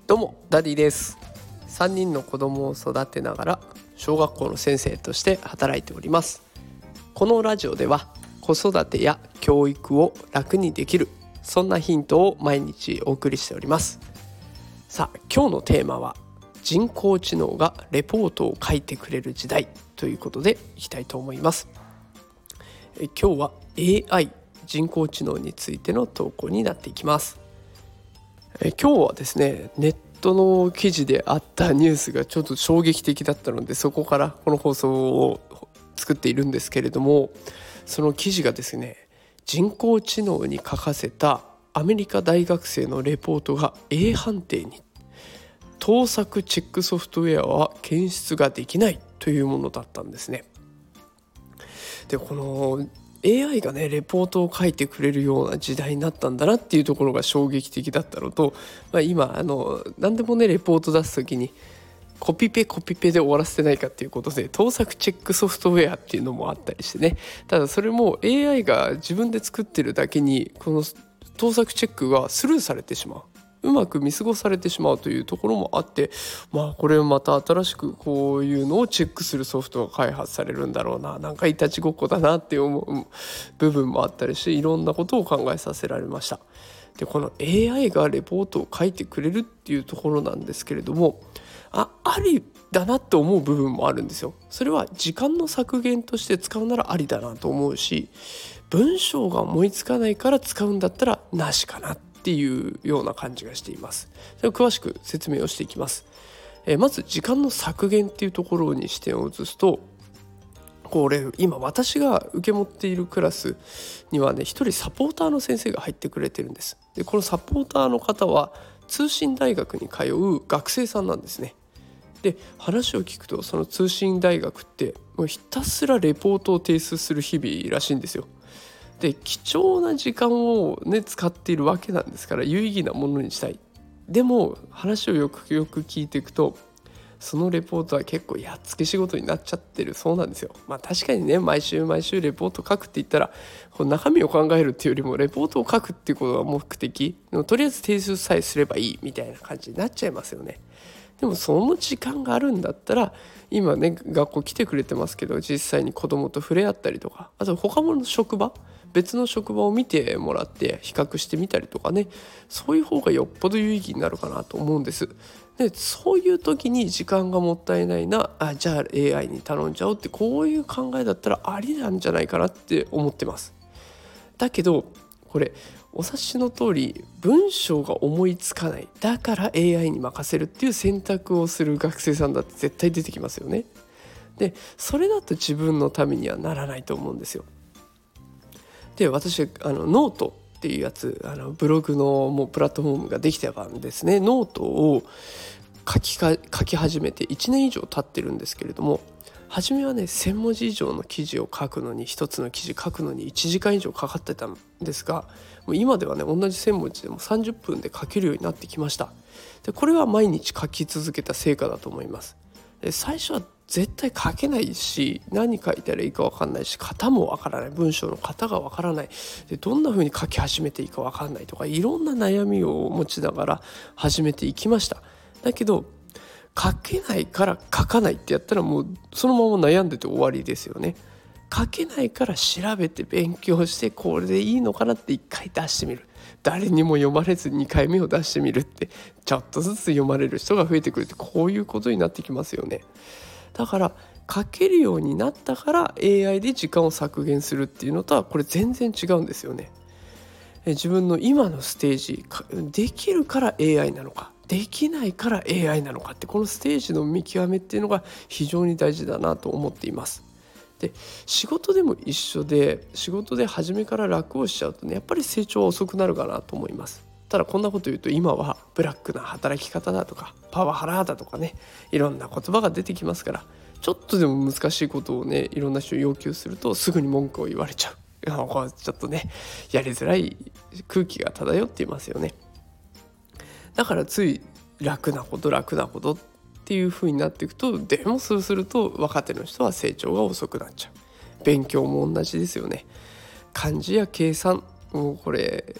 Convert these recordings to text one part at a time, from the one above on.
どうもダディです。3人の子供を育てながら小学校の先生として働いております。このラジオでは子育てや教育を楽にできる、そんなヒントを毎日お送りしております。さあ、今日のテーマは人工知能がレポートを書いてくれる時代ということでいきたいと思います。今日は AI 人工知能についての投稿になっていきます。今日はですね、ネットの記事であったニュースがちょっと衝撃的だったので、そこからこの放送を作っているんですけれども、その記事がですね、人工知能に書かせたアメリカ大学生のレポートが A 判定に、盗作チェックソフトウェアは検出ができないというものだったんですね。で、このAI がねレポートを書いてくれるような時代になったんだなっていうところが衝撃的だったのと、今何でもねレポート出す時にコピペで終わらせてないかっていうことで盗作チェックソフトウェアっていうのもあったりしてね。ただそれも AI が自分で作ってるだけに、この盗作チェックがスルーされてしまう、うまく見過ごされてしまうというところもあって、これまた新しくこういうのをチェックするソフトが開発されるんだろうな、なんかいたちごっこだなって思う部分もあったりして、いろんなことを考えさせられました。で、この AI がレポートを書いてくれるっていうところなんですけれども、ありだなって思う部分もあるんですよ。それは時間の削減として使うならありだなと思うし、文章が思いつかないから使うんだったらなしかなっていうような感じがしています。それを詳しく説明をしていきます。まず時間の削減っていうところに視点を移すと、これ今私が受け持っているクラスにはね、一人サポーターの先生が入ってくれてるんです。で、このサポーターの方は通信大学に通う学生さんなんですね。で、話を聞くと、その通信大学ってもうひたすらレポートを提出する日々らしいんですよ。で、貴重な時間をね使っているわけなんですから、有意義なものにしたい。でも話をよく聞いていくと、そのレポートは結構やっつけ仕事になっちゃってるそうなんですよ。確かにね、毎週レポート書くって言ったら、この中身を考えるっていうよりもレポートを書くっていうことが目的でも、とりあえず提出さえすればいいみたいな感じになっちゃいますよね。でもその時間があるんだったら、今ね学校来てくれてますけど、実際に子供と触れ合ったりとか、あと他の別の職場を見てもらって比較してみたりとかね、そういう方がよっぽど有意義になるかなと思うんです。で、そういう時に時間がもったいないな、じゃあ AI に頼んじゃおうって、こういう考えだったらありなんじゃないかなって思ってます。だけどこれお察しの通り、文章が思いつかない、だから AI に任せるっていう選択をする学生さんだって絶対出てきますよね。で、それだと自分のためにはならないと思うんですよ。で、私ノートっていうやつ、ブログのもうプラットフォームができてたんですね。ノートを書き始めて1年以上経ってるんですけれども、初めはね1000文字以上の記事を書くのに、一つの記事書くのに1時間以上かかってたんですが、もう今ではね同じ1000文字でも30分で書けるようになってきました。で、これは毎日書き続けた成果だと思います。で、最初は絶対書けないし、何書いたらいいか分かんないし、型も分からない、文章の型が分からない、でどんな風に書き始めていいか分かんないとか、いろんな悩みを持ちながら始めていきました。だけど書けないから書かないってやったら、もうそのまま悩んでて終わりですよね。書けないから調べて勉強して、これでいいのかなって1回出してみる、誰にも読まれず2回目を出してみるって、ちょっとずつ読まれる人が増えてくるって、こういうことになってきますよね。だから書けるようになったから AI で時間を削減するっていうのとはこれ全然違うんですよね。自分の今のステージできるから AI なのか、できないから AI なのかって、このステージの見極めっていうのが非常に大事だなと思っています。で、仕事でも一緒で、仕事で初めから楽をしちゃうとね、やっぱり成長は遅くなるかなと思います。ただこんなこと言うと、今はブラックな働き方だとかパワハラだとかね、いろんな言葉が出てきますから、ちょっとでも難しいことをねいろんな人に要求するとすぐに文句を言われちゃう、これちょっとねやりづらい空気が漂っていますよね。だからつい楽なことっていう風になっていくと、でもそうすると若手の人は成長が遅くなっちゃう。勉強も同じですよね。漢字や計算、もうこれ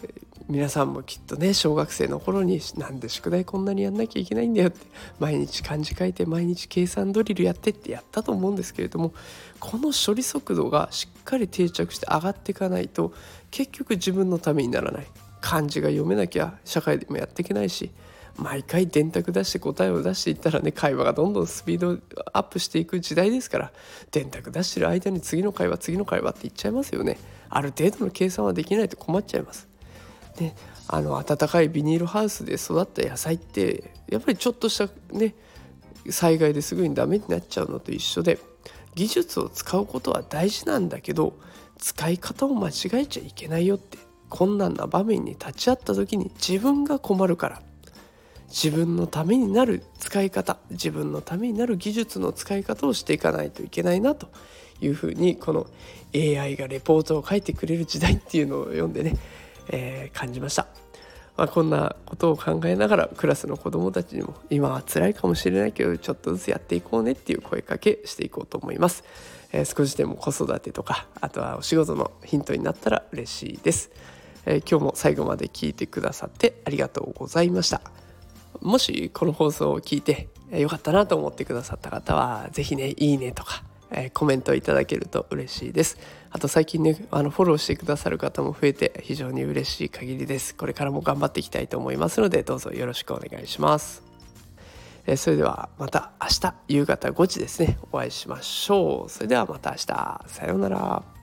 皆さんもきっとね小学生の頃になんで宿題こんなにやんなきゃいけないんだよって毎日漢字書いて毎日計算ドリルやってってやったと思うんですけれども、この処理速度がしっかり定着して上がっていかないと結局自分のためにならない。漢字が読めなきゃ社会でもやっていけないし、毎回電卓出して答えを出していったらね会話がどんどんスピードアップしていく時代ですから、電卓出してる間に次の会話って言っちゃいますよね。ある程度の計算はできないと困っちゃいます。で暖かいビニールハウスで育った野菜ってやっぱりちょっとしたね災害ですぐにダメになっちゃうのと一緒で、技術を使うことは大事なんだけど使い方を間違えちゃいけないよって、困難な場面に立ち会った時に自分が困るから自分のためになる使い方、自分のためになる技術の使い方をしていかないといけないなというふうに、この AI がレポートを書いてくれる時代っていうのを読んでね、感じました。こんなことを考えながらクラスの子どもたちにも今は辛いかもしれないけどちょっとずつやっていこうねっていう声かけしていこうと思います。少しでも子育てとかあとはお仕事のヒントになったら嬉しいです。今日も最後まで聞いてくださってありがとうございました。もしこの放送を聞いてよかったなと思ってくださった方はぜひねいいねとかコメントいただけると嬉しいです。あと最近ねフォローしてくださる方も増えて非常に嬉しい限りです。これからも頑張っていきたいと思いますのでどうぞよろしくお願いします。それではまた明日夕方5時ですねお会いしましょう。それではまた明日、さようなら。